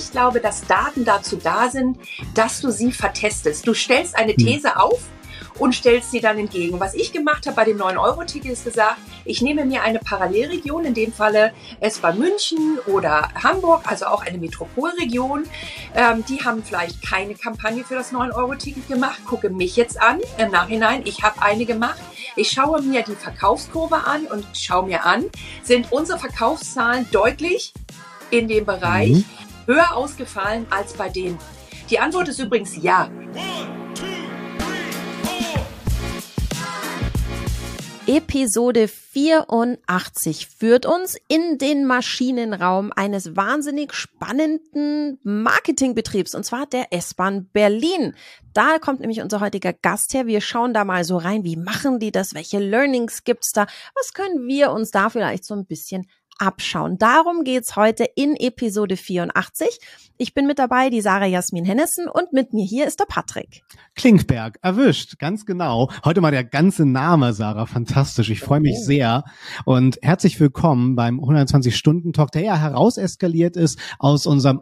ich glaube, dass Daten dazu da sind, dass du sie vertestest. Du stellst eine These auf und stellst sie dann entgegen. Was ich gemacht habe bei dem 9-Euro-Ticket ist gesagt, ich nehme mir eine Parallelregion, in dem Falle S-Bahn München oder Hamburg, also auch eine Metropolregion. Die haben vielleicht keine Kampagne für das 9-Euro-Ticket gemacht. Gucke mich jetzt an im Nachhinein. Ich habe eine gemacht. Ich schaue mir die Verkaufskurve an und schaue mir an, sind unsere Verkaufszahlen deutlich in dem Bereich höher ausgefallen als bei denen. Die Antwort ist übrigens ja. Episode 84 führt uns in den Maschinenraum eines wahnsinnig spannenden Marketingbetriebs, und zwar der S-Bahn Berlin. Da kommt nämlich unser heutiger Gast her. Wir schauen da mal so rein, wie machen die das, welche Learnings gibt's da, was können wir uns da vielleicht so ein bisschen abschauen. Darum geht's heute in Episode 84. Ich bin mit dabei, die Sarah Jasmin Hennessen, und mit mir hier ist der Patrick Klinkberg, erwischt, ganz genau. Heute mal der ganze Name, Sarah, fantastisch. Ich freue mich sehr und herzlich willkommen beim 120-Stunden-Talk, der ja herauseskaliert ist aus unserem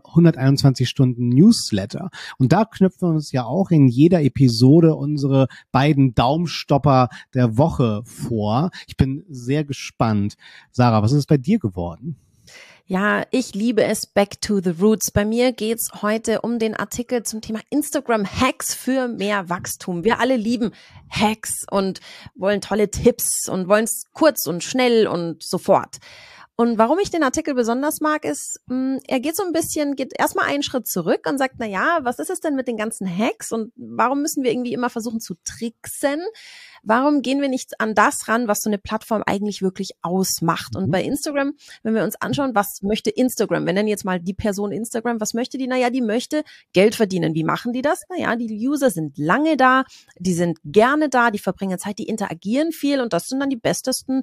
121-Stunden-Newsletter. Und da knüpfen wir uns ja auch in jeder Episode unsere beiden Daumenstopper der Woche vor. Ich bin sehr gespannt. Sarah, was ist bei dir geworden? Ja, ich liebe es, Back to the Roots. Bei mir geht's heute um den Artikel zum Thema Instagram-Hacks für mehr Wachstum. Wir alle lieben Hacks und wollen tolle Tipps und wollen es kurz und schnell und sofort. Und warum ich den Artikel besonders mag, ist, er geht erstmal einen Schritt zurück und sagt, na ja, was ist es denn mit den ganzen Hacks und warum müssen wir irgendwie immer versuchen zu tricksen? Warum gehen wir nicht an das ran, was so eine Plattform eigentlich wirklich ausmacht? Und bei Instagram, wenn wir uns anschauen, was möchte Instagram? Wir nennen jetzt mal die Person Instagram. Was möchte die? Naja, die möchte Geld verdienen. Wie machen die das? Naja, die User sind lange da, die sind gerne da, die verbringen Zeit, die interagieren viel und das sind dann die bestesten,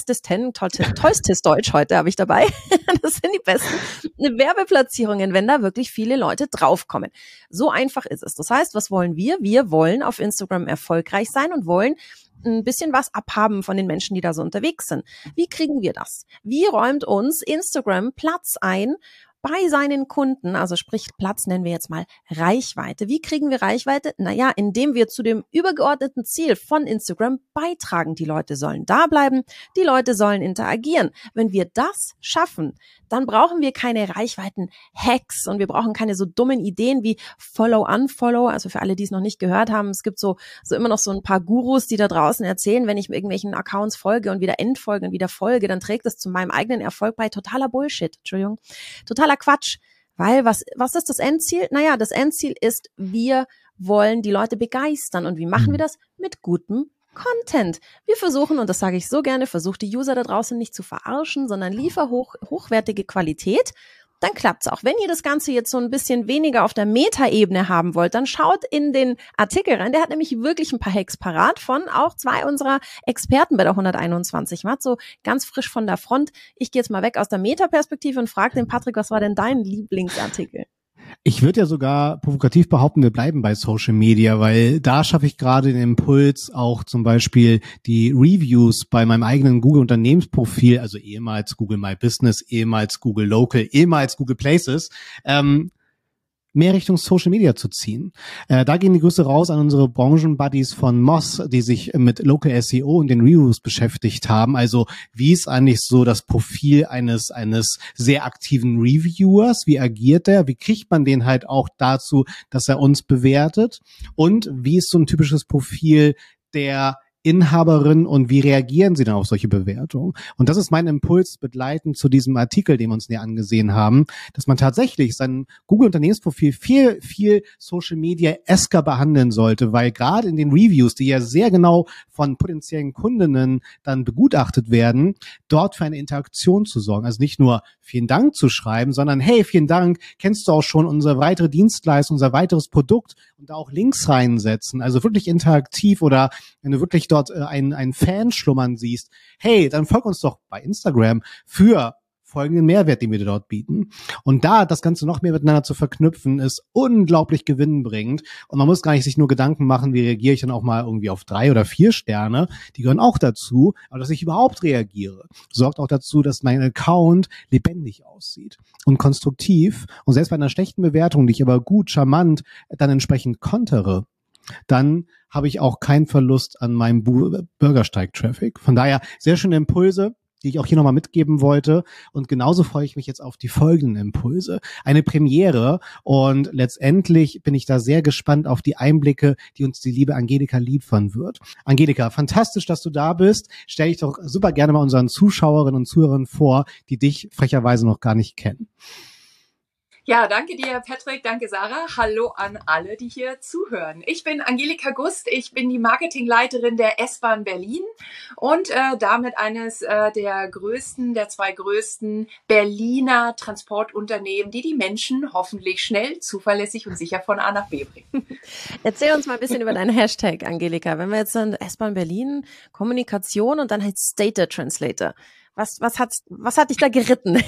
tollstes Deutsch heute habe ich dabei. Das sind die besten Werbeplatzierungen, wenn da wirklich viele Leute draufkommen. So einfach ist es. Das heißt, was wollen wir? Wir wollen auf Instagram erfolgreich sein und wollen ein bisschen was abhaben von den Menschen, die da so unterwegs sind. Wie kriegen wir das? Wie räumt uns Instagram Platz ein bei seinen Kunden? Also sprich, Platz nennen wir jetzt mal Reichweite. Wie kriegen wir Reichweite? Naja, indem wir zu dem übergeordneten Ziel von Instagram beitragen. Die Leute sollen da bleiben, die Leute sollen interagieren. Wenn wir das schaffen, dann brauchen wir keine Reichweiten-Hacks und wir brauchen keine so dummen Ideen wie Follow, Unfollow. Also für alle, die es noch nicht gehört haben, es gibt so immer noch so ein paar Gurus, die da draußen erzählen, wenn ich irgendwelchen Accounts folge und wieder entfolge und wieder folge, dann trägt das zu meinem eigenen Erfolg bei. Totaler Bullshit, Entschuldigung. Totaler Quatsch. Weil was ist das Endziel? Naja, das Endziel ist, wir wollen die Leute begeistern. Und wie machen wir das? Mit gutem Content. Wir versuchen, und das sage ich so gerne, versucht die User da draußen nicht zu verarschen, sondern liefer hochwertige Qualität. Dann klappt's auch. Wenn ihr das Ganze jetzt so ein bisschen weniger auf der Meta-Ebene haben wollt, dann schaut in den Artikel rein. Der hat nämlich wirklich ein paar Hacks parat von auch 2 unserer Experten bei der 121 Watt, so ganz frisch von der Front. Ich gehe jetzt mal weg aus der Meta-Perspektive und frage den Patrick, was war denn dein Lieblingsartikel? Ich würde ja sogar provokativ behaupten, wir bleiben bei Social Media, weil da schaffe ich gerade den Impuls, auch zum Beispiel die Reviews bei meinem eigenen Google-Unternehmensprofil, also ehemals Google My Business, ehemals Google Local, ehemals Google Places, mehr Richtung Social Media zu ziehen. Da gehen die Grüße raus an unsere Branchenbuddies von Moz, die sich mit Local SEO und den Reviews beschäftigt haben. Also wie ist eigentlich so das Profil eines sehr aktiven Reviewers? Wie agiert der? Wie kriegt man den halt auch dazu, dass er uns bewertet? Und wie ist so ein typisches Profil der Inhaberin und wie reagieren sie dann auf solche Bewertungen? Und das ist mein Impuls begleitend zu diesem Artikel, den wir uns näher angesehen haben, dass man tatsächlich sein Google-Unternehmensprofil viel Social-Media-esker behandeln sollte, weil gerade in den Reviews, die ja sehr genau von potenziellen Kundinnen dann begutachtet werden, dort für eine Interaktion zu sorgen. Also nicht nur vielen Dank zu schreiben, sondern hey, vielen Dank, kennst du auch schon unsere weitere Dienstleistung, unser weiteres Produkt und da auch Links reinsetzen. Also wirklich interaktiv oder wenn du wirklich dort einen Fan schlummern siehst, hey, dann folg uns doch bei Instagram für folgenden Mehrwert, den wir dir dort bieten. Und da das Ganze noch mehr miteinander zu verknüpfen, ist unglaublich gewinnbringend. Und man muss gar nicht sich nur Gedanken machen, wie reagiere ich dann auch mal irgendwie auf 3 oder 4 Sterne. Die gehören auch dazu. Aber dass ich überhaupt reagiere, sorgt auch dazu, dass mein Account lebendig aussieht und konstruktiv. Und selbst bei einer schlechten Bewertung, die ich aber gut, charmant dann entsprechend kontere, dann habe ich auch keinen Verlust an meinem Bürgersteig-Traffic. Von daher sehr schöne Impulse, die ich auch hier nochmal mitgeben wollte. Und genauso freue ich mich jetzt auf die folgenden Impulse. Eine Premiere. Und letztendlich bin ich da sehr gespannt auf die Einblicke, die uns die liebe Angelika liefern wird. Angelika, fantastisch, dass du da bist. Stell dich doch super gerne mal unseren Zuschauerinnen und Zuhörern vor, die dich frecherweise noch gar nicht kennen. Ja, danke dir, Patrick. Danke, Sarah. Hallo an alle, die hier zuhören. Ich bin Angelika Gust. Ich bin die Marketingleiterin der S-Bahn Berlin und damit eines der 2 größten Berliner Transportunternehmen, die Menschen hoffentlich schnell, zuverlässig und sicher von A nach B bringen. Erzähl uns mal ein bisschen über deinen Hashtag, Angelika. Wenn wir jetzt dann S-Bahn Berlin, Kommunikation und dann heißt Data Translator. Was hat dich da geritten?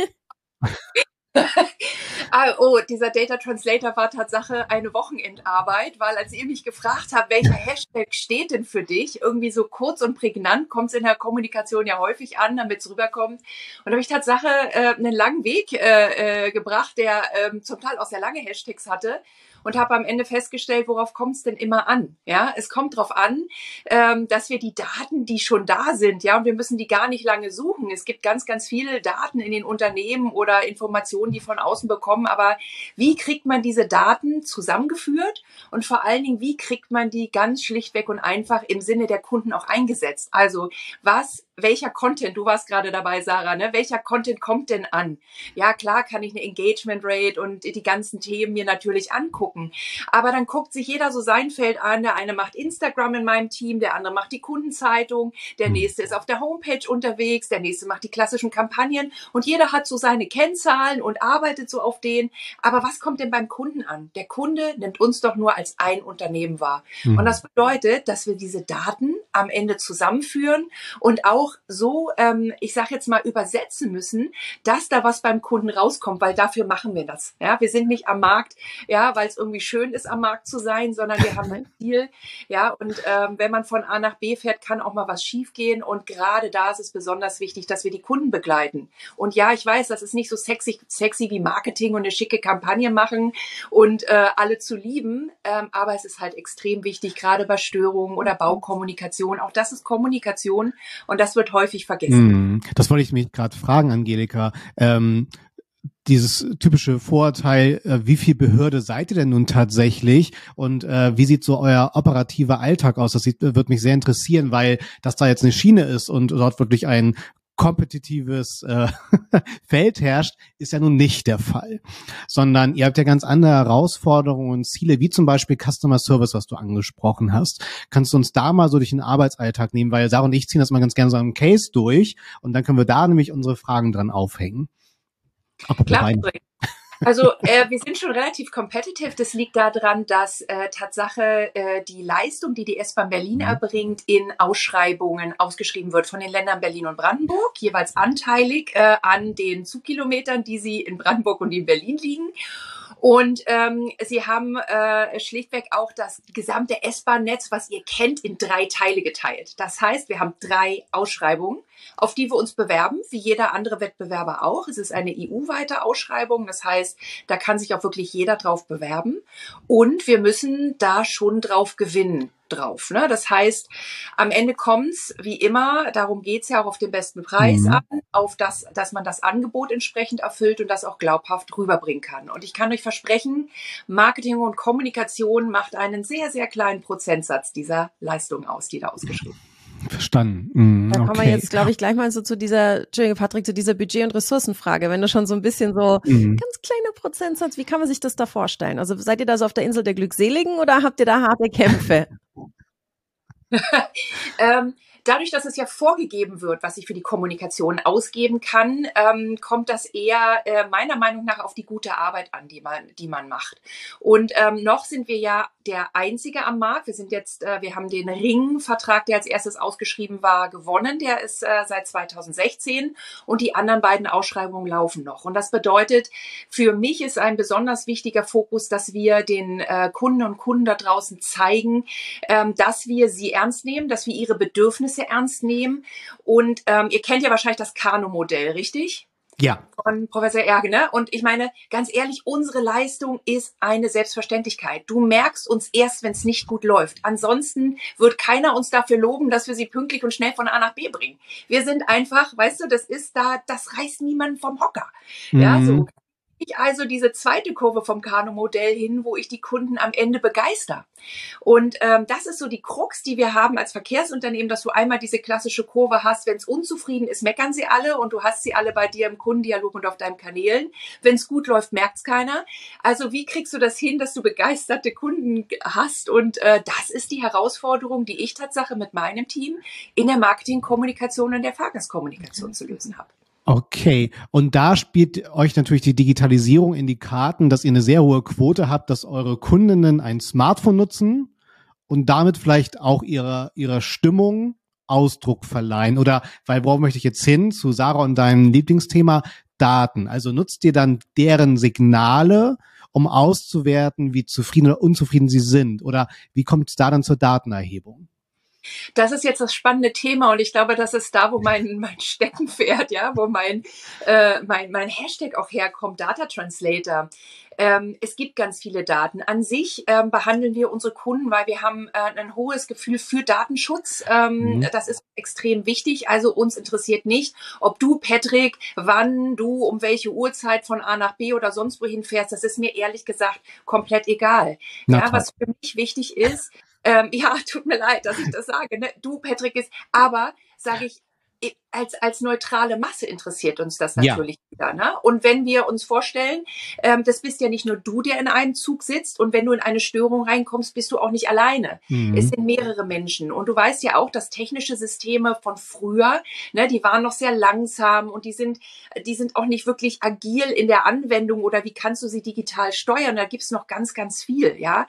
Dieser Data Translator war Tatsache eine Wochenendarbeit, weil als ihr mich gefragt habt, welcher Hashtag steht denn für dich, irgendwie so kurz und prägnant, kommt es in der Kommunikation ja häufig an, damit es rüberkommt. Und da habe ich Tatsache einen langen Weg gebracht, der zum Teil auch sehr lange Hashtags hatte. Und habe am Ende festgestellt, worauf kommt es denn immer an? Ja, es kommt darauf an, dass wir die Daten, die schon da sind, ja, und wir müssen die gar nicht lange suchen. Es gibt ganz, ganz viele Daten in den Unternehmen oder Informationen, die von außen bekommen. Aber wie kriegt man diese Daten zusammengeführt? Und vor allen Dingen, wie kriegt man die ganz schlichtweg und einfach im Sinne der Kunden auch eingesetzt? Also welcher Content, du warst gerade dabei, Sarah, ne? Welcher Content kommt denn an? Ja, klar kann ich eine Engagement Rate und die ganzen Themen mir natürlich angucken. Aber dann guckt sich jeder so sein Feld an. Der eine macht Instagram in meinem Team, der andere macht die Kundenzeitung, der nächste ist auf der Homepage unterwegs, der nächste macht die klassischen Kampagnen und jeder hat so seine Kennzahlen und arbeitet so auf denen. Aber was kommt denn beim Kunden an? Der Kunde nimmt uns doch nur als ein Unternehmen wahr. Und das bedeutet, dass wir diese Daten am Ende zusammenführen und auch so, ich sage jetzt mal, übersetzen müssen, dass da was beim Kunden rauskommt, weil dafür machen wir das. Ja, wir sind nicht am Markt, ja, weil es irgendwie schön ist, am Markt zu sein, sondern wir haben ein Ziel. Ja, und wenn man von A nach B fährt, kann auch mal was schiefgehen. Und gerade da ist es besonders wichtig, dass wir die Kunden begleiten. Und ja, ich weiß, das ist nicht so sexy wie Marketing und eine schicke Kampagne machen und alle zu lieben. Aber es ist halt extrem wichtig, gerade bei Störungen oder Baukommunikation. Auch das ist Kommunikation und das wird häufig vergessen. Das wollte ich mich gerade fragen, Angelika. Dieses typische Vorurteil, wie viel Behörde seid ihr denn nun tatsächlich und wie sieht so euer operativer Alltag aus? Das wird mich sehr interessieren, weil das da jetzt eine Schiene ist und dort wirklich ein kompetitives Feld herrscht, ist ja nun nicht der Fall, sondern ihr habt ja ganz andere Herausforderungen und Ziele, wie zum Beispiel Customer Service, was du angesprochen hast. Kannst du uns da mal so durch den Arbeitsalltag nehmen, weil Sarah und ich ziehen das mal ganz gerne so einen Case durch und dann können wir da nämlich unsere Fragen dran aufhängen. Klar, also wir sind schon relativ competitive. Das liegt daran, dass Tatsache die Leistung, die S-Bahn Berlin erbringt, in Ausschreibungen ausgeschrieben wird von den Ländern Berlin und Brandenburg, jeweils anteilig an den Zugkilometern, die sie in Brandenburg und in Berlin liegen. Und sie haben schlichtweg auch das gesamte S-Bahn-Netz, was ihr kennt, in 3 Teile geteilt. Das heißt, wir haben 3 Ausschreibungen, auf die wir uns bewerben, wie jeder andere Wettbewerber auch. Es ist eine EU-weite Ausschreibung, das heißt, da kann sich auch wirklich jeder drauf bewerben. Und wir müssen da schon drauf gewinnen. Drauf, ne? Das heißt, am Ende kommt's wie immer, darum geht's ja auch auf den besten Preis an, auf das, dass man das Angebot entsprechend erfüllt und das auch glaubhaft rüberbringen kann. Und ich kann euch versprechen, Marketing und Kommunikation macht einen sehr, sehr kleinen Prozentsatz dieser Leistung aus, die da ausgeschrieben wird. Verstanden. Da kommen wir jetzt, glaube ich, gleich mal so zu dieser, Entschuldigung, Patrick, zu dieser Budget- und Ressourcenfrage. Wenn du schon so ein bisschen so ganz kleiner Prozentsatz, wie kann man sich das da vorstellen? Also seid ihr da so auf der Insel der Glückseligen oder habt ihr da harte Kämpfe? Dadurch, dass es ja vorgegeben wird, was ich für die Kommunikation ausgeben kann, kommt das eher meiner Meinung nach auf die gute Arbeit an, die man macht. Und noch sind wir ja der einzige am Markt. Wir haben den Ring-Vertrag, der als erstes ausgeschrieben war, gewonnen. Der ist seit 2016 und die anderen beiden Ausschreibungen laufen noch. Und das bedeutet, für mich ist ein besonders wichtiger Fokus, dass wir den Kunden und Kunden da draußen zeigen, dass wir sie ernst nehmen, dass wir ihre Bedürfnisse ernst nehmen. Und ihr kennt ja wahrscheinlich das Kano-Modell, richtig? Ja. Von Professor Erge, ne? Und ich meine, ganz ehrlich, unsere Leistung ist eine Selbstverständlichkeit. Du merkst uns erst, wenn es nicht gut läuft. Ansonsten wird keiner uns dafür loben, dass wir sie pünktlich und schnell von A nach B bringen. Wir sind einfach, weißt du, das reißt niemanden vom Hocker. Ja, so. Also diese zweite Kurve vom Kano-Modell hin, wo ich die Kunden am Ende begeister. Und das ist so die Krux, die wir haben als Verkehrsunternehmen, dass du einmal diese klassische Kurve hast, wenn es unzufrieden ist, meckern sie alle und du hast sie alle bei dir im Kundendialog und auf deinen Kanälen. Wenn es gut läuft, merkt es keiner. Also wie kriegst du das hin, dass du begeisterte Kunden hast? Und das ist die Herausforderung, die ich tatsächlich mit meinem Team in der Marketingkommunikation und der Fahrgastkommunikation zu lösen habe. Okay, und da spielt euch natürlich die Digitalisierung in die Karten, dass ihr eine sehr hohe Quote habt, dass eure Kundinnen ein Smartphone nutzen und damit vielleicht auch ihrer Stimmung Ausdruck verleihen. Oder, weil worauf möchte ich jetzt hin? Zu Sarah und deinem Lieblingsthema Daten. Also nutzt ihr dann deren Signale, um auszuwerten, wie zufrieden oder unzufrieden sie sind? Oder wie kommt es da dann zur Datenerhebung? Das ist jetzt das spannende Thema und ich glaube, das ist da, wo mein Steckenpferd, ja, wo mein Hashtag auch herkommt, Data Translator. Es gibt ganz viele Daten. An sich behandeln wir unsere Kunden, weil wir haben ein hohes Gefühl für Datenschutz. Das ist extrem wichtig. Also uns interessiert nicht, ob du, Patrick, wann du um welche Uhrzeit von A nach B oder sonst wohin fährst. Das ist mir ehrlich gesagt komplett egal. Ja, was für mich wichtig ist, ja, tut mir leid, dass ich das sage, ne? Du, Patrick, aber sage ich, als neutrale Masse interessiert uns das natürlich wieder. Ne? Und wenn wir uns vorstellen, das bist ja nicht nur du, der in einem Zug sitzt und wenn du in eine Störung reinkommst, bist du auch nicht alleine. Es sind mehrere Menschen. Und du weißt ja auch, dass technische Systeme von früher, ne, die waren noch sehr langsam und die sind auch nicht wirklich agil in der Anwendung oder wie kannst du sie digital steuern? Da gibt's noch ganz, ganz viel. Ja,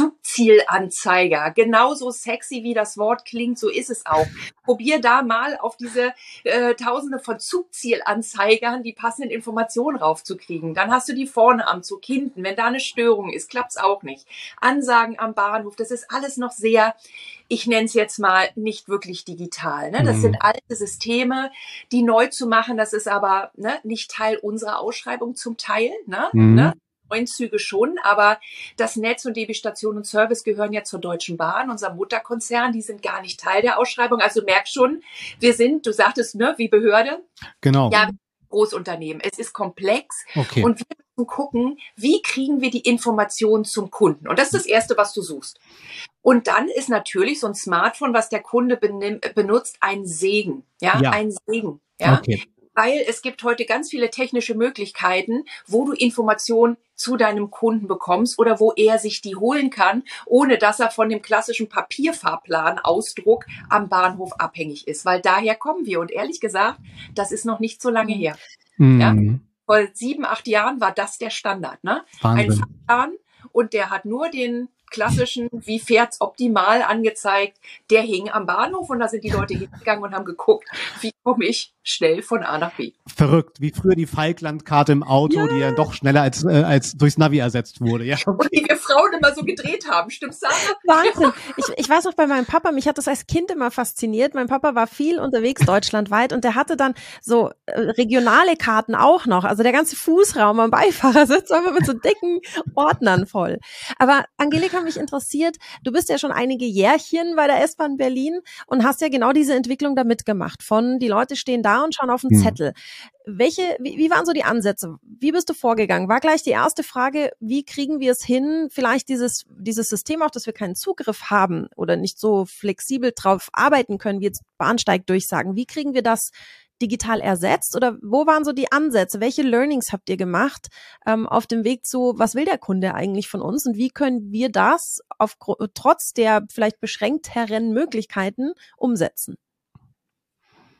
Zugzielanzeiger, genauso sexy wie das Wort klingt, so ist es auch. Probier da mal auf diese Tausende von Zugzielanzeigern die passenden Informationen raufzukriegen. Dann hast du die vorne am Zug, hinten. Wenn da eine Störung ist, klappt's auch nicht. Ansagen am Bahnhof, das ist alles noch sehr, ich nenne es jetzt mal, nicht wirklich digital. Ne? Das sind alte Systeme, die neu zu machen, das ist aber nicht Teil unserer Ausschreibung zum Teil. Ne? 9 Züge schon, aber das Netz und DB Station und Service gehören ja zur Deutschen Bahn, unserem Mutterkonzern, die sind gar nicht Teil der Ausschreibung. Also merk schon, wir sind, du sagtest, ne, wie Behörde. Genau. Ja, Großunternehmen. Es ist komplex und wir müssen gucken, wie kriegen wir die Informationen zum Kunden. Und das ist das Erste, was du suchst. Und dann ist natürlich so ein Smartphone, was der Kunde benutzt, ein Segen. Ja, ein Segen. Ja. Okay. Weil es gibt heute ganz viele technische Möglichkeiten, wo du Informationen zu deinem Kunden bekommst oder wo er sich die holen kann, ohne dass er von dem klassischen Papierfahrplan Ausdruck am Bahnhof abhängig ist. Weil daher kommen wir. Und ehrlich gesagt, das ist noch nicht so lange her. Ja? Vor 7, 8 Jahren war das der Standard. Ne? Ein Fahrplan und der hat nur den klassischen, wie fährt's optimal angezeigt, der hing am Bahnhof und da sind die Leute hingegangen und haben geguckt, wie komme ich schnell von A nach B. Verrückt, wie früher die Falklandkarte im Auto, die ja doch schneller als durchs Navi ersetzt wurde. Ja, okay. Und die wir Frauen immer so gedreht haben, stimmt's, Sarah? Wahnsinn. Ich weiß noch bei meinem Papa, mich hat das als Kind immer fasziniert. Mein Papa war viel unterwegs deutschlandweit und der hatte dann so regionale Karten auch noch. Also der ganze Fußraum am Beifahrersitz war immer mit so dicken Ordnern voll. Aber Angelika, mich interessiert, du bist ja schon einige Jährchen bei der S-Bahn Berlin und hast ja genau diese Entwicklung da mitgemacht. Von die Leute stehen da und schauen auf den Zettel. Wie waren so die Ansätze? Wie bist du vorgegangen? War gleich die erste Frage, wie kriegen wir es hin, vielleicht dieses System, auf das wir keinen Zugriff haben oder nicht so flexibel drauf arbeiten können, wie jetzt Bahnsteigdurchsagen. Wie kriegen wir das digital ersetzt oder wo waren so die Ansätze? Welche Learnings habt ihr gemacht auf dem Weg zu, was will der Kunde eigentlich von uns und wie können wir das trotz der vielleicht beschränkteren Möglichkeiten umsetzen?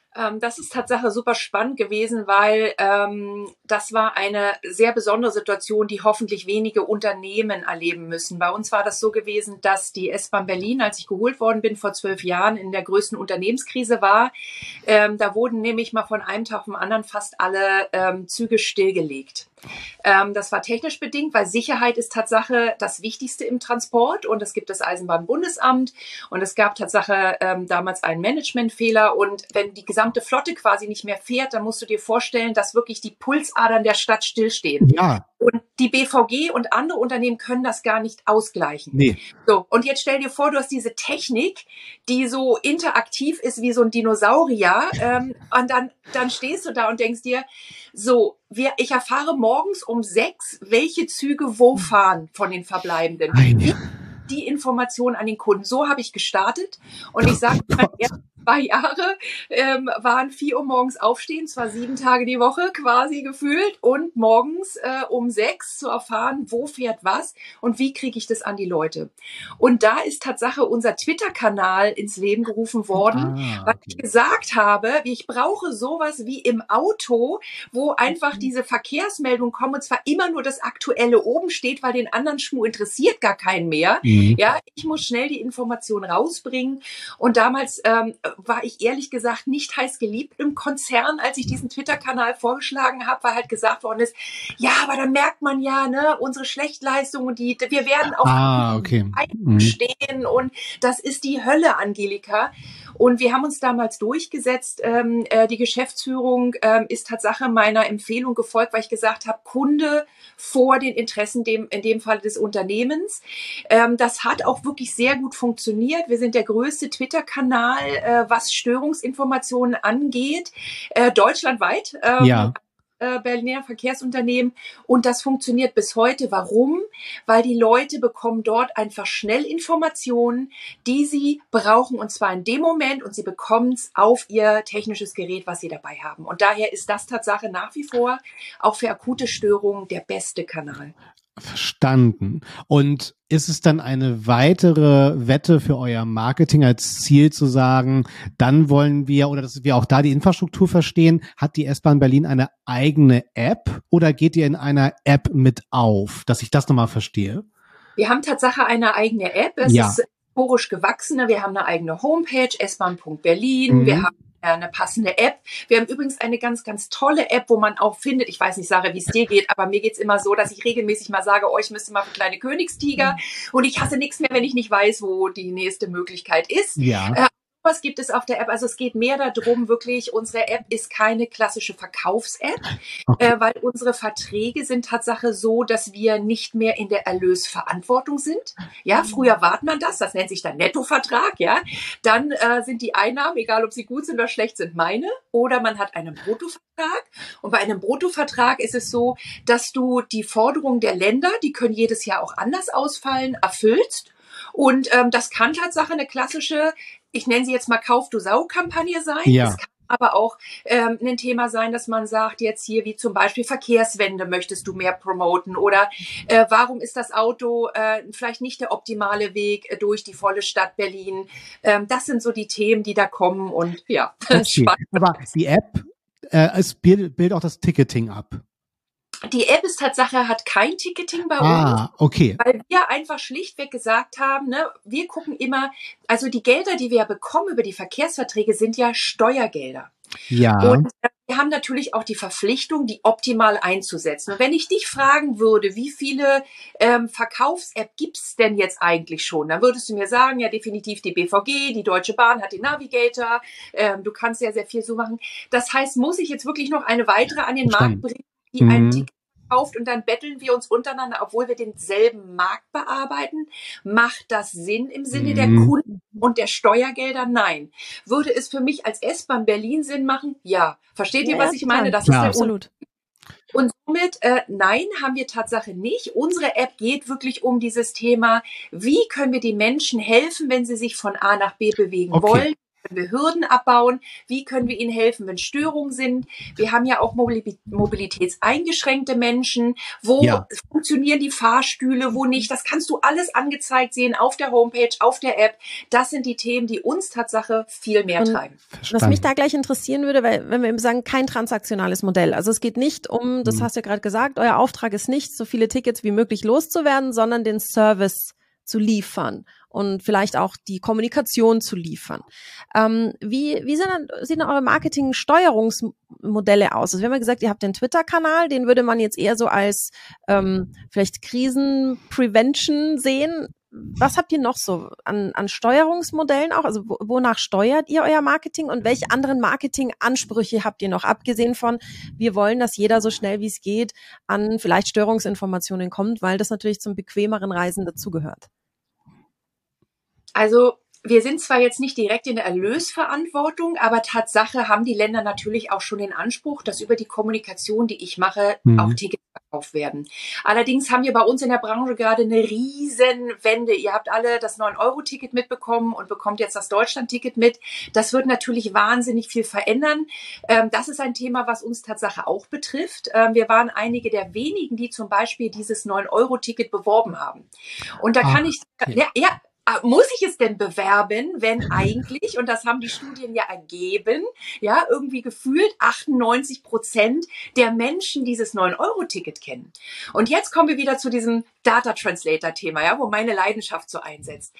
Das ist Tatsache super spannend gewesen, weil das war eine sehr besondere Situation, die hoffentlich wenige Unternehmen erleben müssen. Bei uns war das so gewesen, dass die S-Bahn Berlin, als ich geholt worden bin vor 12 Jahren, in der größten Unternehmenskrise war. Da wurden nämlich mal von einem Tag auf den anderen fast alle Züge stillgelegt. Das war technisch bedingt, weil Sicherheit ist Tatsache das Wichtigste im Transport, und es gibt das Eisenbahnbundesamt, und es gab Tatsache damals einen Managementfehler, und wenn die gesamte Flotte quasi nicht mehr fährt, dann musst du dir vorstellen, dass wirklich die Pulsadern der Stadt stillstehen. Ja. Und die BVG und andere Unternehmen können das gar nicht ausgleichen. Nee. So, und jetzt stell dir vor, du hast diese Technik, die so interaktiv ist wie so ein Dinosaurier, und dann stehst du da und denkst dir, so, ich erfahre morgens um 6, welche Züge wo fahren von den Verbleibenden. Die Information an den Kunden. So habe ich gestartet, und ich sage, meine ersten 2 Jahre waren 4 Uhr morgens aufstehen, zwar 7 Tage die Woche quasi gefühlt, und morgens um 6 zu erfahren, wo fährt was und wie kriege ich das an die Leute. Und da ist Tatsache unser Twitter-Kanal ins Leben gerufen worden, weil ich gesagt habe, ich brauche sowas wie im Auto, wo einfach diese Verkehrsmeldungen kommen, und zwar immer nur das Aktuelle oben steht, weil den anderen Schmuh interessiert gar keinen mehr. Ja, ich muss schnell die Information rausbringen, und damals war ich ehrlich gesagt nicht heiß geliebt im Konzern, als ich diesen Twitter-Kanal vorgeschlagen habe, weil halt gesagt worden ist, ja, aber da merkt man ja, ne, unsere Schlechtleistung, und wir werden auf stehen, und das ist die Hölle, Angelika. Und wir haben uns damals durchgesetzt. Die Geschäftsführung ist Tatsache meiner Empfehlung gefolgt, weil ich gesagt habe, Kunde vor den Interessen in dem Fall des Unternehmens. Das hat auch wirklich sehr gut funktioniert. Wir sind der größte Twitter-Kanal, was Störungsinformationen angeht, deutschlandweit. Berliner Verkehrsunternehmen, und das funktioniert bis heute. Warum? Weil die Leute bekommen dort einfach schnell Informationen, die sie brauchen, und zwar in dem Moment, und sie bekommen es auf ihr technisches Gerät, was sie dabei haben. Und daher ist das Tatsache nach wie vor auch für akute Störungen der beste Kanal. Verstanden. Und ist es dann eine weitere Wette für euer Marketing als Ziel zu sagen, dann wollen wir, oder dass wir auch da die Infrastruktur verstehen, hat die S-Bahn Berlin eine eigene App, oder geht ihr in einer App mit auf, dass ich das nochmal verstehe? Wir haben Tatsache eine eigene App. Es ist historisch gewachsen. Wir haben eine eigene Homepage, sbahn.berlin. Wir haben eine passende App. Wir haben übrigens eine ganz, ganz tolle App, wo man auch findet, ich weiß nicht, Sarah, wie es dir geht, aber mir geht's immer so, dass ich regelmäßig mal sage, ich müsste mal für kleine Königstiger, und ich hasse nichts mehr, wenn ich nicht weiß, wo die nächste Möglichkeit ist. Ja. Was gibt es auf der App? Also es geht mehr darum, wirklich, unsere App ist keine klassische Verkaufs-App, weil unsere Verträge sind Tatsache so, dass wir nicht mehr in der Erlösverantwortung sind. Ja, früher war man das nennt sich dann Nettovertrag, ja. Dann sind die Einnahmen, egal ob sie gut sind oder schlecht sind, meine. Oder man hat einen Bruttovertrag. Und bei einem Bruttovertrag ist es so, dass du die Forderungen der Länder, die können jedes Jahr auch anders ausfallen, erfüllst. Und das kann Tatsache eine klassische, ich nenne sie jetzt mal Kauf-du-Sau-Kampagne sein. Ja. Es kann aber auch ein Thema sein, dass man sagt, jetzt hier wie zum Beispiel Verkehrswende möchtest du mehr promoten, oder warum ist das Auto vielleicht nicht der optimale Weg durch die volle Stadt Berlin. Das sind so die Themen, die da kommen, und ja. Okay. Aber die App bildet auch das Ticketing ab. Die App ist Tatsache, hat kein Ticketing bei uns. Okay. Weil wir einfach schlichtweg gesagt haben, ne, wir gucken immer, also die Gelder, die wir bekommen über die Verkehrsverträge, sind ja Steuergelder. Ja. Und wir haben natürlich auch die Verpflichtung, die optimal einzusetzen. Und wenn ich dich fragen würde, wie viele Verkaufs-App gibt's denn jetzt eigentlich schon, dann würdest du mir sagen, ja definitiv die BVG, die Deutsche Bahn hat den Navigator, du kannst ja sehr viel so machen. Das heißt, muss ich jetzt wirklich noch eine weitere an den Markt bringen, die ein Ticket verkauft, und dann betteln wir uns untereinander, obwohl wir denselben Markt bearbeiten? Macht das Sinn im Sinne der Kunden und der Steuergelder? Nein. Würde es für mich als S-Bahn Berlin Sinn machen? Ja. Versteht ihr, was ich meine? Das ist der absolut. Und somit, nein, haben wir Tatsache nicht. Unsere App geht wirklich um dieses Thema, wie können wir den Menschen helfen, wenn sie sich von A nach B bewegen wollen, können wir Hürden abbauen? Wie können wir ihnen helfen, wenn Störungen sind? Wir haben ja auch mobilitätseingeschränkte Menschen. Wo funktionieren die Fahrstühle, wo nicht? Das kannst du alles angezeigt sehen auf der Homepage, auf der App. Das sind die Themen, die uns Tatsache viel mehr treiben. Was mich da gleich interessieren würde, weil wenn wir eben sagen, kein transaktionales Modell. Also es geht nicht um, das hast du ja gerade gesagt, euer Auftrag ist nicht, so viele Tickets wie möglich loszuwerden, sondern den Service zu liefern und vielleicht auch die Kommunikation zu liefern. Wie sehen eure Marketing-Steuerungsmodelle aus? Also wir haben ja gesagt, ihr habt den Twitter-Kanal, den würde man jetzt eher so als vielleicht Krisen-Prevention sehen. Was habt ihr noch so an Steuerungsmodellen auch? Also wonach steuert ihr euer Marketing und welche anderen Marketingansprüche habt ihr noch, abgesehen von, wir wollen, dass jeder so schnell wie es geht an vielleicht Störungsinformationen kommt, weil das natürlich zum bequemeren Reisen dazugehört? Also wir sind zwar jetzt nicht direkt in der Erlösverantwortung, aber Tatsache haben die Länder natürlich auch schon den Anspruch, dass über die Kommunikation, die ich mache, auch Tickets verkauft werden. Allerdings haben wir bei uns in der Branche gerade eine riesen Wende. Ihr habt alle das 9-Euro-Ticket mitbekommen und bekommt jetzt das Deutschland-Ticket mit. Das wird natürlich wahnsinnig viel verändern. Das ist ein Thema, was uns Tatsache auch betrifft. Wir waren einige der wenigen, die zum Beispiel dieses 9-Euro-Ticket beworben haben. Und da kann ich, muss ich es denn bewerben, wenn eigentlich, und das haben die Studien ja ergeben, ja, irgendwie gefühlt 98% der Menschen dieses 9-Euro-Ticket kennen. Und jetzt kommen wir wieder zu diesem Data Translator-Thema, ja, wo meine Leidenschaft so einsetzt.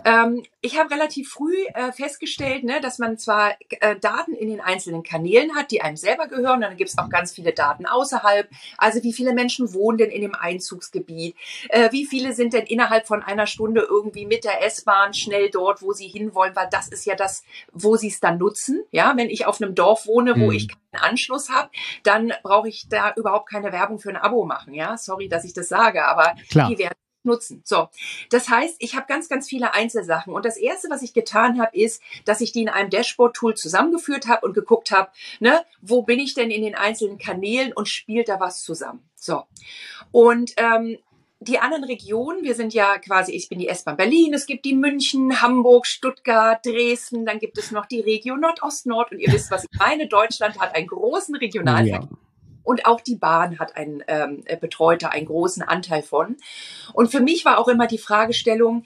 Ich habe relativ früh festgestellt, ne, dass man zwar Daten in den einzelnen Kanälen hat, die einem selber gehören, dann gibt es auch ganz viele Daten außerhalb. Also wie viele Menschen wohnen denn in dem Einzugsgebiet? Wie viele sind denn innerhalb von einer Stunde irgendwie mit der S-Bahn schnell dort, wo sie hinwollen, weil das ist ja das, wo sie es dann nutzen. Ja, wenn ich auf einem Dorf wohne, wo ich keinen Anschluss habe, dann brauche ich da überhaupt keine Werbung für ein Abo machen. Ja, sorry, dass ich das sage, aber die werden nutzen. So, das heißt, ich habe ganz, ganz viele Einzelsachen. Und das Erste, was ich getan habe, ist, dass ich die in einem Dashboard-Tool zusammengeführt habe und geguckt habe, ne, wo bin ich denn in den einzelnen Kanälen und spielt da was zusammen. So, und die anderen Regionen, wir sind ja quasi, ich bin die S-Bahn Berlin, es gibt die München, Hamburg, Stuttgart, Dresden, dann gibt es noch die Region Nordost-Nord und ihr wisst, was ich meine, Deutschland hat einen großen Regionalverkehr. Ja. Und auch die Bahn hat einen betreut da einen großen Anteil von. Und für mich war auch immer die Fragestellung,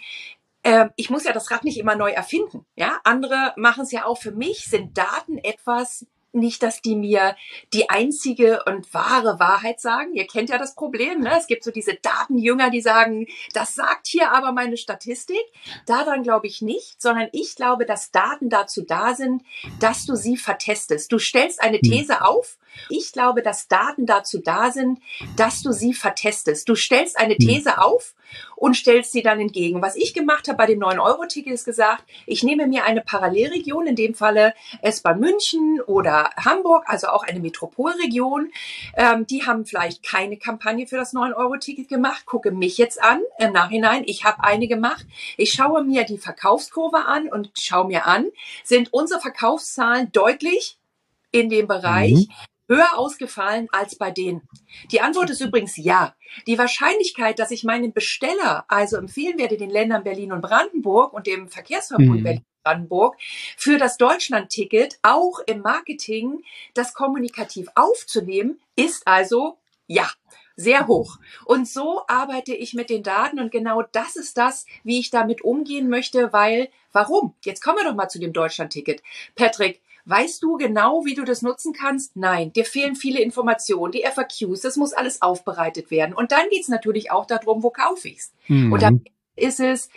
ich muss ja das Rad nicht immer neu erfinden. Ja, andere machen es ja auch. Für mich sind Daten etwas, nicht, dass die mir die einzige und wahre Wahrheit sagen. Ihr kennt ja das Problem, ne? Es gibt so diese Datenjünger, die sagen, das sagt hier aber meine Statistik. Daran glaube ich nicht, sondern ich glaube, dass Daten dazu da sind, dass du sie vertestest. Du stellst eine These auf. Ich glaube, dass Daten dazu da sind, dass du sie vertestest. Du stellst eine These auf und stellst sie dann entgegen. Was ich gemacht habe bei dem 9-Euro-Ticket ist gesagt, ich nehme mir eine Parallelregion, in dem Falle S-Bahn München oder Hamburg, also auch eine Metropolregion. Die haben vielleicht keine Kampagne für das 9-Euro-Ticket gemacht. Gucke mich jetzt an, im Nachhinein, ich habe eine gemacht. Ich schaue mir die Verkaufskurve an und schaue mir an, sind unsere Verkaufszahlen deutlich in dem Bereich höher ausgefallen als bei denen? Die Antwort ist übrigens ja. Die Wahrscheinlichkeit, dass ich meinem Besteller also empfehlen werde, den Ländern Berlin und Brandenburg und dem Verkehrsverbund Berlin und Brandenburg für das Deutschland-Ticket auch im Marketing das kommunikativ aufzunehmen, ist also ja. Sehr hoch. Und so arbeite ich mit den Daten und genau das ist das, wie ich damit umgehen möchte, weil, warum? Jetzt kommen wir doch mal zu dem Deutschland-Ticket. Patrick, weißt du genau, wie du das nutzen kannst? Nein, dir fehlen viele Informationen, die FAQs, das muss alles aufbereitet werden. Und dann geht's natürlich auch darum, wo kaufe ich's? Und dann ist es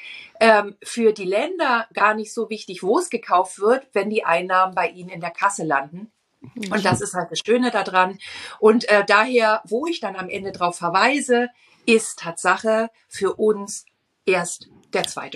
für die Länder gar nicht so wichtig, wo es gekauft wird, wenn die Einnahmen bei ihnen in der Kasse landen. Und das ist halt das Schöne daran. Und daher, wo ich dann am Ende drauf verweise, ist Tatsache für uns erst der zweite.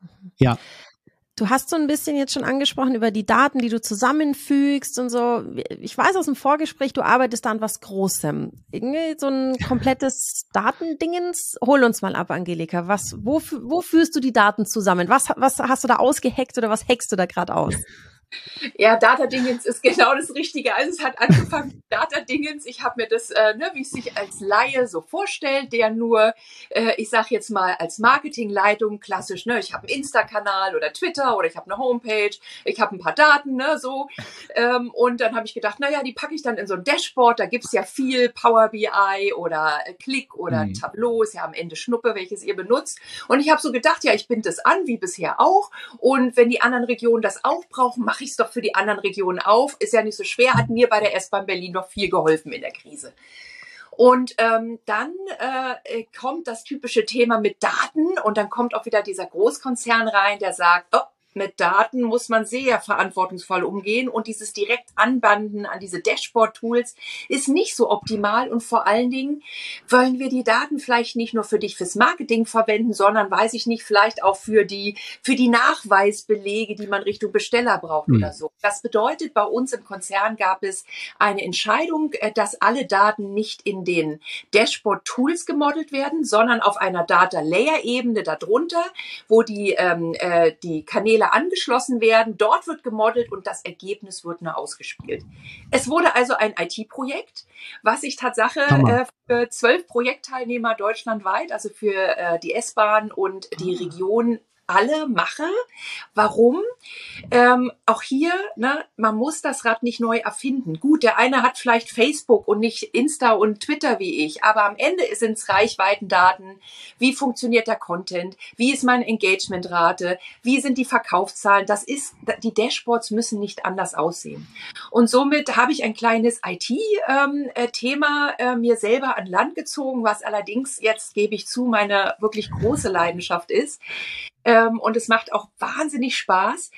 Ja. Du hast so ein bisschen jetzt schon angesprochen über die Daten, die du zusammenfügst und so. Ich weiß aus dem Vorgespräch, du arbeitest da an was Großem. Irgendwie so ein komplettes Datendingens. Hol uns mal ab, Angelika. Wo führst du die Daten zusammen? Was hast du da ausgehackt oder was hackst du da gerade aus? Ja, Data Dingens ist genau das Richtige. Also es hat angefangen mit Data Dingens. Ich habe mir das, wie es sich als Laie so vorstellt, der nur, ich sage jetzt mal als Marketingleitung klassisch, ne, ich habe einen Insta-Kanal oder Twitter oder ich habe eine Homepage, ich habe ein paar Daten, ne, so. Und dann habe ich gedacht, naja, die packe ich dann in so ein Dashboard. Da gibt's ja viel Power BI oder Click oder Tableau, ist ja am Ende Schnuppe, welches ihr benutzt. Und ich habe so gedacht, ja, ich binde das an, wie bisher auch. Und wenn die anderen Regionen das auch brauchen, mache ich es doch für die anderen Regionen auf. Ist ja nicht so schwer, hat mir bei der S-Bahn Berlin noch viel geholfen in der Krise. Und dann kommt das typische Thema mit Daten und dann kommt auch wieder dieser Großkonzern rein, der sagt, oh, mit Daten muss man sehr verantwortungsvoll umgehen und dieses direkt Anbanden an diese Dashboard-Tools ist nicht so optimal und vor allen Dingen wollen wir die Daten vielleicht nicht nur für dich fürs Marketing verwenden, sondern weiß ich nicht, vielleicht auch für die Nachweisbelege, die man Richtung Besteller braucht oder so. Das bedeutet, bei uns im Konzern gab es eine Entscheidung, dass alle Daten nicht in den Dashboard-Tools gemodelt werden, sondern auf einer Data-Layer-Ebene darunter, wo die Kanäle angeschlossen werden. Dort wird gemodelt und das Ergebnis wird nur ausgespielt. Es wurde also ein IT-Projekt, was ich Tatsache für 12 Projektteilnehmer deutschlandweit, also für die S-Bahn und die Region alle mache. Warum? Auch hier, ne, man muss das Rad nicht neu erfinden. Gut, der eine hat vielleicht Facebook und nicht Insta und Twitter wie ich, aber am Ende sind es Reichweitendaten. Wie funktioniert der Content? Wie ist meine Engagementrate? Wie sind die Verkaufszahlen? Die Dashboards müssen nicht anders aussehen. Und somit habe ich ein kleines IT-Thema mir selber an Land gezogen, was allerdings jetzt, gebe ich zu, meine wirklich große Leidenschaft ist. Und es macht auch wahnsinnig Spaß,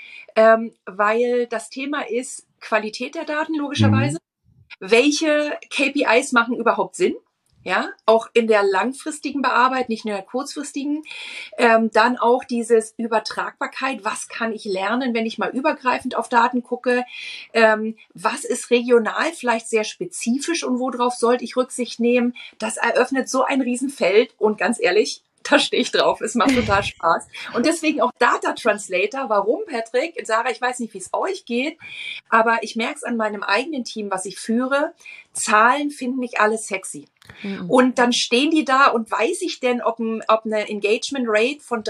weil das Thema ist Qualität der Daten logischerweise. Welche KPIs machen überhaupt Sinn? Ja, auch in der langfristigen Bearbeitung, nicht nur in der kurzfristigen. Dann auch dieses Übertragbarkeit. Was kann ich lernen, wenn ich mal übergreifend auf Daten gucke? Was ist regional vielleicht sehr spezifisch und worauf sollte ich Rücksicht nehmen? Das eröffnet so ein Riesenfeld und ganz ehrlich, da stehe ich drauf. Es macht total Spaß. Und deswegen auch Data Translator. Warum, Patrick? Sarah, ich weiß nicht, wie es euch geht, aber ich merke es an meinem eigenen Team, was ich führe. Zahlen finden nicht alle sexy. Und dann stehen die da und weiß ich denn, ob eine Engagement Rate von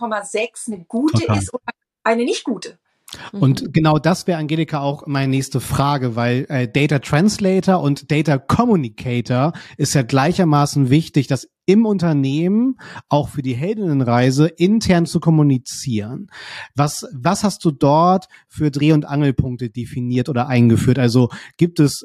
3,6 eine gute ist oder eine nicht gute? Und genau das wäre, Angelika, auch meine nächste Frage, weil Data Translator und Data Communicator ist ja gleichermaßen wichtig, dass im Unternehmen auch für die Heldinnenreise intern zu kommunizieren. Was hast du dort für Dreh- und Angelpunkte definiert oder eingeführt? Also gibt es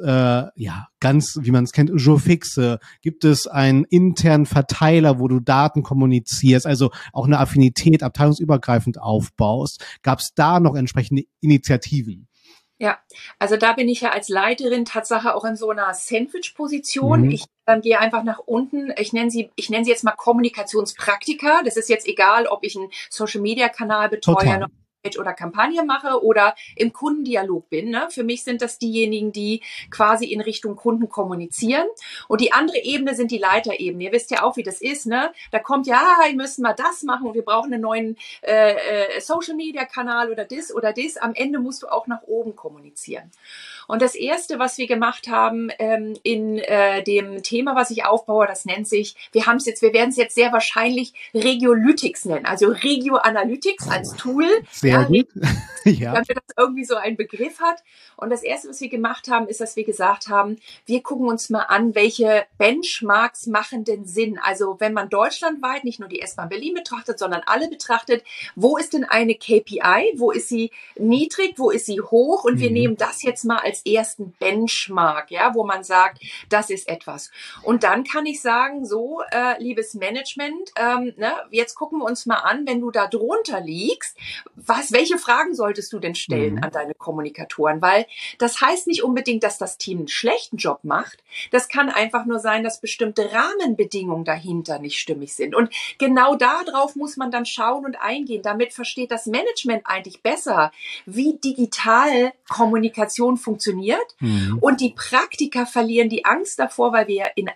ganz, wie man es kennt, Jour fixe? Gibt es einen internen Verteiler, wo du Daten kommunizierst, also auch eine Affinität abteilungsübergreifend aufbaust? Gab es da noch entsprechende Initiativen? Ja, also da bin ich ja als Leiterin Tatsache auch in so einer Sandwich-Position. Ich gehe einfach nach unten. Ich nenne sie jetzt mal Kommunikationspraktiker. Das ist jetzt egal, ob ich einen Social-Media-Kanal betreue oder Kampagne mache oder im Kundendialog bin. Ne? Für mich sind das diejenigen, die quasi in Richtung Kunden kommunizieren. Und die andere Ebene sind die Leiterebene. Ihr wisst ja auch, wie das ist. Ne? Da kommt ja, wir müssen mal das machen und wir brauchen einen neuen Social-Media-Kanal oder das. Am Ende musst du auch nach oben kommunizieren. Und das Erste, was wir gemacht haben in dem Thema, was ich aufbaue, das nennt sich, wir werden es jetzt sehr wahrscheinlich Regiolytics nennen, also Regio-Analytics als Tool. Sehr gut. Ja. Damit das irgendwie so einen Begriff hat. Und das Erste, was wir gemacht haben, ist, dass wir gesagt haben, wir gucken uns mal an, welche Benchmarks machen denn Sinn. Also wenn man deutschlandweit nicht nur die S-Bahn Berlin betrachtet, sondern alle betrachtet, wo ist denn eine KPI? Wo ist sie niedrig? Wo ist sie hoch? Und wir nehmen das jetzt mal als ersten Benchmark, ja, wo man sagt, das ist etwas. Und dann kann ich sagen, so, liebes Management, jetzt gucken wir uns mal an, wenn du da drunter liegst, welche Fragen solltest du denn stellen an deine Kommunikatoren? Weil das heißt nicht unbedingt, dass das Team einen schlechten Job macht. Das kann einfach nur sein, dass bestimmte Rahmenbedingungen dahinter nicht stimmig sind. Und genau darauf muss man dann schauen und eingehen. Damit versteht das Management eigentlich besser, wie digital Kommunikation funktioniert. Und die Praktiker verlieren die Angst davor, weil wir in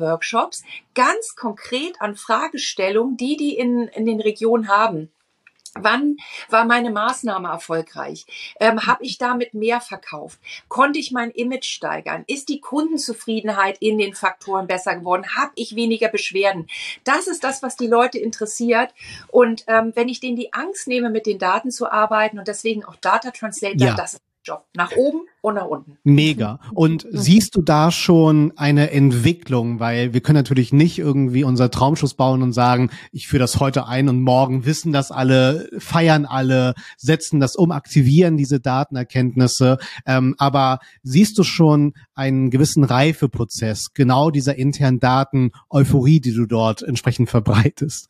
Anwenderworkshops ganz konkret an Fragestellungen, die in den Regionen haben, Wann war meine Maßnahme erfolgreich? Habe ich damit mehr verkauft? Konnte ich mein Image steigern? Ist die Kundenzufriedenheit in den Faktoren besser geworden? Habe ich weniger Beschwerden? Das ist das, was die Leute interessiert. Und wenn ich denen die Angst nehme, mit den Daten zu arbeiten und deswegen auch Data Translator, das ist Job. Nach oben und nach unten. Mega. Und siehst du da schon eine Entwicklung? Weil wir können natürlich nicht irgendwie unser Traumschuss bauen und sagen, ich führe das heute ein und morgen wissen das alle, feiern alle, setzen das um, aktivieren diese Datenerkenntnisse. Aber siehst du schon einen gewissen Reifeprozess, genau dieser internen Daten-Euphorie, die du dort entsprechend verbreitest?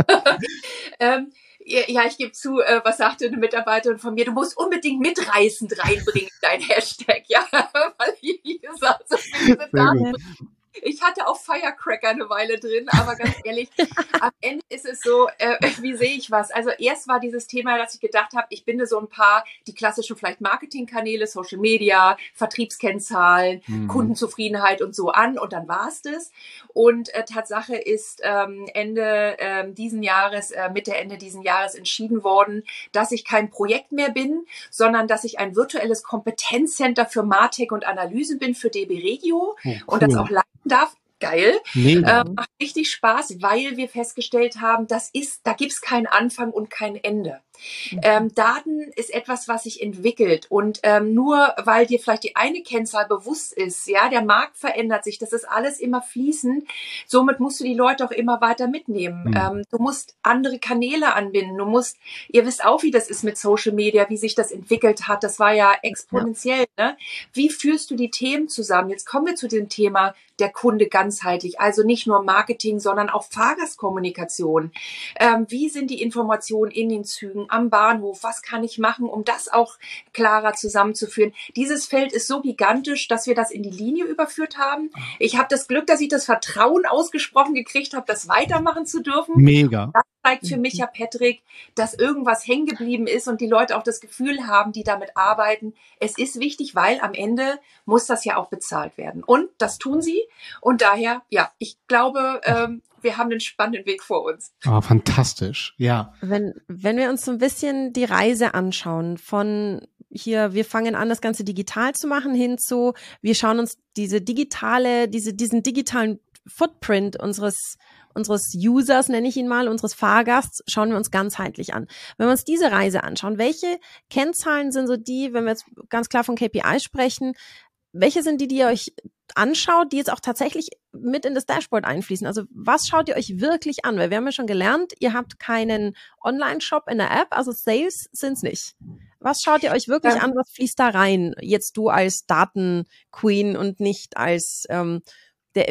Ja, ich gebe zu, was sagte eine Mitarbeiterin von mir, du musst unbedingt mitreißend reinbringen, dein Hashtag, ja, weil ich gesagt habe, ich hatte auch Firecracker eine Weile drin, aber ganz ehrlich, am Ende ist es so, wie sehe ich was? Also erst war dieses Thema, dass ich gedacht habe, ich binde so ein paar, die klassischen vielleicht Marketingkanäle, Social Media, Vertriebskennzahlen, Kundenzufriedenheit und so an und dann war es das. Und Tatsache ist Ende diesen Jahres, Mitte, Ende diesen Jahres entschieden worden, dass ich kein Projekt mehr bin, sondern dass ich ein virtuelles Kompetenzcenter für Martech und Analyse bin für DB Regio und das auch darf. Geil. Macht richtig Spaß, weil wir festgestellt haben, da gibt's keinen Anfang und kein Ende. Daten ist etwas, was sich entwickelt und nur weil dir vielleicht die eine Kennzahl bewusst ist, ja, der Markt verändert sich, das ist alles immer fließend, somit musst du die Leute auch immer weiter mitnehmen. Du musst andere Kanäle anbinden, ihr wisst auch, wie das ist mit Social Media, wie sich das entwickelt hat, das war ja exponentiell, ne? Wie führst du die Themen zusammen? Jetzt kommen wir zu dem Thema der Kunde ganzheitlich, also nicht nur Marketing, sondern auch Fahrgastkommunikation. Wie sind die Informationen in den Zügen, am Bahnhof? Was kann ich machen, um das auch klarer zusammenzuführen? Dieses Feld ist so gigantisch, dass wir das in die Linie überführt haben. Ich habe das Glück, dass ich das Vertrauen ausgesprochen gekriegt habe, das weitermachen zu dürfen. Mega. Das zeigt für mich ja, Patrick, dass irgendwas hängen geblieben ist und die Leute auch das Gefühl haben, die damit arbeiten. Es ist wichtig, weil am Ende muss das ja auch bezahlt werden. Und das tun sie. Und daher, ja, ich glaube, wir haben einen spannenden Weg vor uns. Oh, fantastisch, ja. Wenn wir uns so ein bisschen die Reise anschauen von hier, wir fangen an, das Ganze digital zu machen, hin zu, wir schauen uns diesen digitalen Footprint unseres Users, nenne ich ihn mal, unseres Fahrgasts, schauen wir uns ganzheitlich an. Wenn wir uns diese Reise anschauen, welche Kennzahlen sind so die, wenn wir jetzt ganz klar von KPIs sprechen, welche sind die ihr euch anschaut, die jetzt auch tatsächlich mit in das Dashboard einfließen? Also was schaut ihr euch wirklich an? Weil wir haben ja schon gelernt, ihr habt keinen Online-Shop in der App, also Sales sind's nicht. Was schaut ihr euch wirklich an, was fließt da rein? Jetzt du als Daten-Queen und nicht als der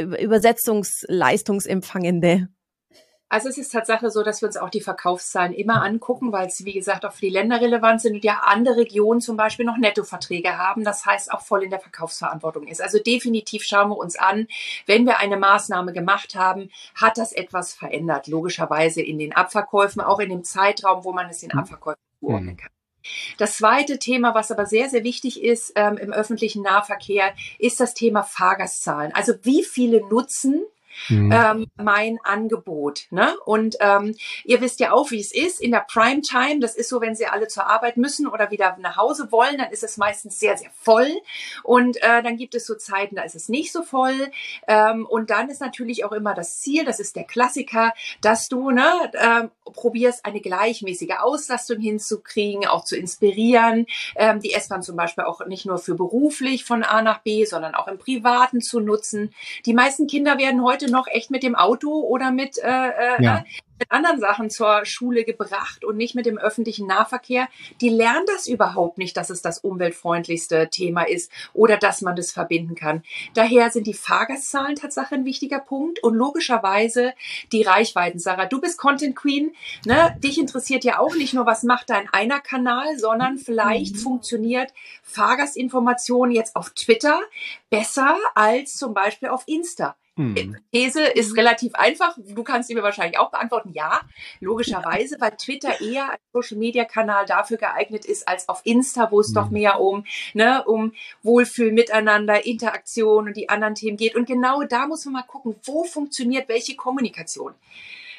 Übersetzungsleistungsempfangende. Also es ist Tatsache so, dass wir uns auch die Verkaufszahlen immer angucken, weil es, wie gesagt, auch für die Länder relevant sind und ja andere Regionen zum Beispiel noch Nettoverträge haben, das heißt auch voll in der Verkaufsverantwortung ist. Also definitiv schauen wir uns an, wenn wir eine Maßnahme gemacht haben, hat das etwas verändert, logischerweise in den Abverkäufen, auch in dem Zeitraum, wo man es den Abverkäufen zuordnen kann. Das zweite Thema, was aber sehr, sehr wichtig ist im öffentlichen Nahverkehr, ist das Thema Fahrgastzahlen. Also wie viele nutzen mein Angebot, ne? Und ihr wisst ja auch, wie es ist in der Primetime. Das ist so, wenn sie alle zur Arbeit müssen oder wieder nach Hause wollen, dann ist es meistens sehr, sehr voll. Und dann gibt es so Zeiten, da ist es nicht so voll. Und dann ist natürlich auch immer das Ziel, das ist der Klassiker, dass du probierst, eine gleichmäßige Auslastung hinzukriegen, auch zu inspirieren. Die S-Bahn zum Beispiel auch nicht nur für beruflich von A nach B, sondern auch im Privaten zu nutzen. Die meisten Kinder werden heute noch echt mit dem Auto oder mit anderen Sachen zur Schule gebracht und nicht mit dem öffentlichen Nahverkehr. Die lernen das überhaupt nicht, dass es das umweltfreundlichste Thema ist oder dass man das verbinden kann. Daher sind die Fahrgastzahlen tatsächlich ein wichtiger Punkt und logischerweise die Reichweiten. Sarah, du bist Content Queen, ne? Dich interessiert ja auch nicht nur, was macht dein einer Kanal, sondern vielleicht funktioniert Fahrgastinformation jetzt auf Twitter besser als zum Beispiel auf Insta. These ist relativ einfach. Du kannst die mir wahrscheinlich auch beantworten. Ja, logischerweise, weil Twitter eher als Social-Media-Kanal dafür geeignet ist als auf Insta, wo es doch mehr um Wohlfühlen miteinander, Interaktion und die anderen Themen geht. Und genau da muss man mal gucken, wo funktioniert welche Kommunikation.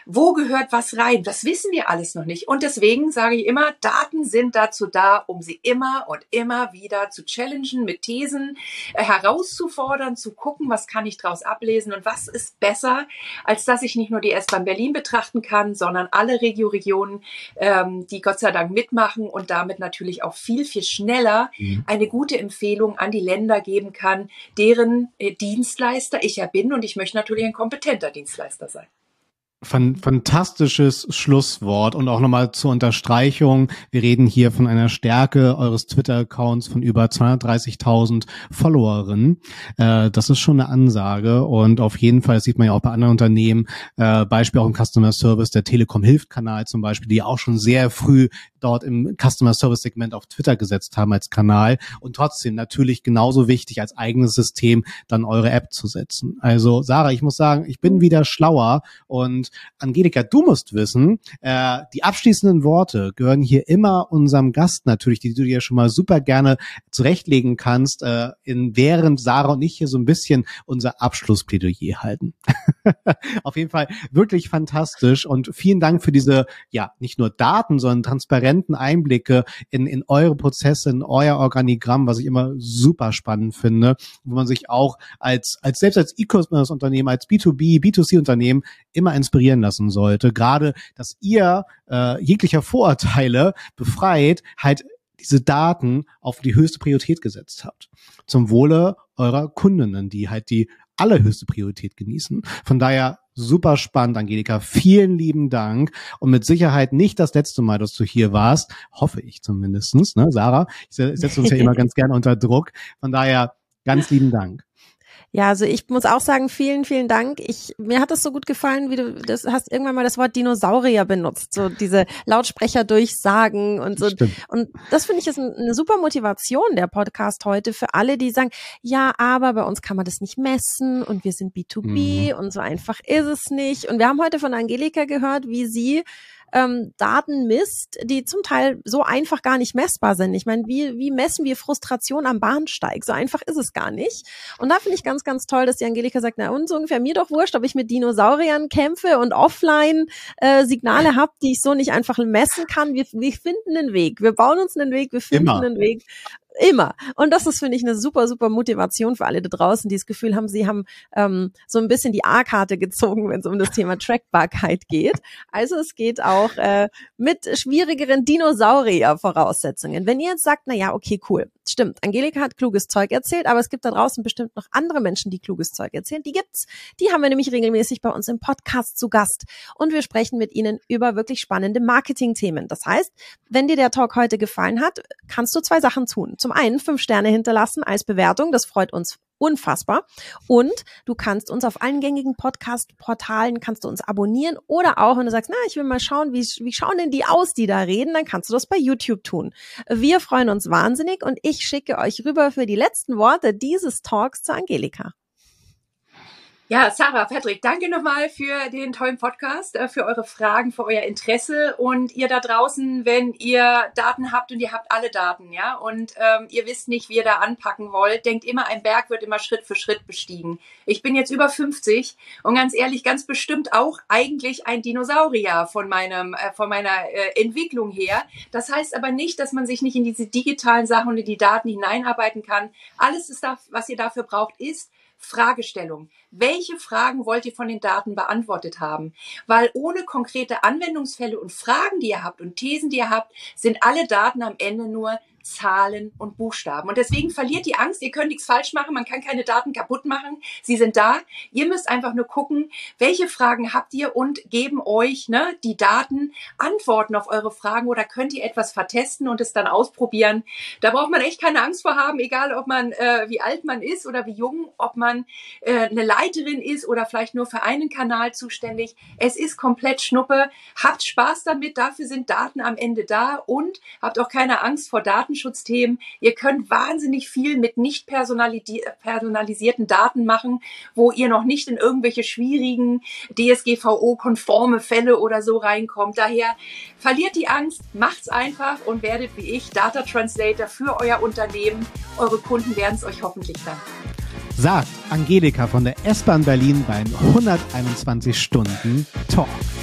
Wo gehört was rein? Das wissen wir alles noch nicht. Und deswegen sage ich immer, Daten sind dazu da, um sie immer und immer wieder zu challengen, mit Thesen herauszufordern, zu gucken, was kann ich daraus ablesen und was ist besser, als dass ich nicht nur die S-Bahn Berlin betrachten kann, sondern alle Regio-Regionen, die Gott sei Dank mitmachen und damit natürlich auch viel, viel schneller eine gute Empfehlung an die Länder geben kann, deren Dienstleister ich ja bin, und ich möchte natürlich ein kompetenter Dienstleister sein. Fantastisches Schlusswort und auch nochmal zur Unterstreichung. Wir reden hier von einer Stärke eures Twitter-Accounts von über 230.000 Followerinnen. Das ist schon eine Ansage und auf jeden Fall, das sieht man ja auch bei anderen Unternehmen, Beispiel auch im Customer Service, der Telekom-Hilft-Kanal zum Beispiel, die auch schon sehr früh dort im Customer Service-Segment auf Twitter gesetzt haben als Kanal und trotzdem natürlich genauso wichtig als eigenes System dann eure App zu setzen. Also Sarah, ich muss sagen, ich bin wieder schlauer und Angelika, du musst wissen, die abschließenden Worte gehören hier immer unserem Gast natürlich, die du dir schon mal super gerne zurechtlegen kannst, während Sarah und ich hier so ein bisschen unser Abschlussplädoyer halten. Auf jeden Fall wirklich fantastisch und vielen Dank für diese, ja, nicht nur Daten, sondern transparenten Einblicke in eure Prozesse, in euer Organigramm, was ich immer super spannend finde, wo man sich auch selbst als E-Commerce-Unternehmen, als B2B, B2C-Unternehmen immer inspirieren lassen sollte. Gerade, dass ihr jeglicher Vorurteile befreit, halt diese Daten auf die höchste Priorität gesetzt habt. Zum Wohle eurer Kundinnen, die halt die allerhöchste Priorität genießen. Von daher super spannend, Angelika. Vielen lieben Dank und mit Sicherheit nicht das letzte Mal, dass du hier warst. Hoffe ich zumindestens, ne, Sarah? Ich setze uns ja immer ganz gerne unter Druck. Von daher ganz lieben Dank. Ja, also ich muss auch sagen, vielen, vielen Dank. Mir hat es so gut gefallen, wie du das hast irgendwann mal das Wort Dinosaurier benutzt, so diese Lautsprecherdurchsagen und so. Stimmt. Und das finde ich ist eine super Motivation, der Podcast heute, für alle, die sagen, ja, aber bei uns kann man das nicht messen und wir sind B2B und so einfach ist es nicht. Und wir haben heute von Angelika gehört, wie sie Daten misst, die zum Teil so einfach gar nicht messbar sind. Ich meine, wie messen wir Frustration am Bahnsteig? So einfach ist es gar nicht. Und da finde ich ganz, ganz toll, dass die Angelika sagt, na und so ungefähr mir doch wurscht, ob ich mit Dinosauriern kämpfe und offline Signale habe, die ich so nicht einfach messen kann. Wir finden einen Weg. Wir bauen uns einen Weg, wir finden einen Weg. Immer. Und das ist, finde ich, eine super, super Motivation für alle da draußen, die das Gefühl haben, sie haben so ein bisschen die A-Karte gezogen, wenn es um das Thema Trackbarkeit geht. Also es geht auch mit schwierigeren Dinosaurier-Voraussetzungen. Wenn ihr jetzt sagt, na ja, okay, cool, stimmt, Angelika hat kluges Zeug erzählt, aber es gibt da draußen bestimmt noch andere Menschen, die kluges Zeug erzählen. Die gibt's. Die haben wir nämlich regelmäßig bei uns im Podcast zu Gast. Und wir sprechen mit ihnen über wirklich spannende Marketing-Themen. Das heißt, wenn dir der Talk heute gefallen hat, kannst du 2 Sachen tun. Zum einen 5 Sterne hinterlassen als Bewertung, das freut uns unfassbar. Und du kannst uns auf allen gängigen Podcast-Portalen, kannst du uns abonnieren oder auch, wenn du sagst, na, ich will mal schauen, wie schauen denn die aus, die da reden, dann kannst du das bei YouTube tun. Wir freuen uns wahnsinnig und ich schicke euch rüber für die letzten Worte dieses Talks zu Angelika. Ja, Sarah, Patrick, danke nochmal für den tollen Podcast, für eure Fragen, für euer Interesse und ihr da draußen, wenn ihr Daten habt und ihr habt alle Daten, ja, und ihr wisst nicht, wie ihr da anpacken wollt, denkt immer, ein Berg wird immer Schritt für Schritt bestiegen. Ich bin jetzt über 50 und ganz ehrlich, ganz bestimmt auch eigentlich ein Dinosaurier von meiner Entwicklung her. Das heißt aber nicht, dass man sich nicht in diese digitalen Sachen und in die Daten hineinarbeiten kann. Alles, was ihr dafür braucht, ist Fragestellung. Welche Fragen wollt ihr von den Daten beantwortet haben? Weil ohne konkrete Anwendungsfälle und Fragen, die ihr habt und Thesen, die ihr habt, sind alle Daten am Ende nur Zahlen und Buchstaben. Und deswegen verliert die Angst, ihr könnt nichts falsch machen, man kann keine Daten kaputt machen, sie sind da. Ihr müsst einfach nur gucken, welche Fragen habt ihr und geben euch die Daten Antworten auf eure Fragen oder könnt ihr etwas vertesten und es dann ausprobieren. Da braucht man echt keine Angst vor haben, egal ob man wie alt man ist oder wie jung, ob man eine Leiterin ist oder vielleicht nur für einen Kanal zuständig. Es ist komplett Schnuppe. Habt Spaß damit, dafür sind Daten am Ende da und habt auch keine Angst vor Datenschutzthemen. Ihr könnt wahnsinnig viel mit nicht personalisierten Daten machen, wo ihr noch nicht in irgendwelche schwierigen DSGVO-konforme Fälle oder so reinkommt. Daher verliert die Angst, macht's einfach und werdet wie ich Data Translator für euer Unternehmen. Eure Kunden werden es euch hoffentlich danken. Sagt Angelika von der S-Bahn Berlin beim 121 Stunden Talk.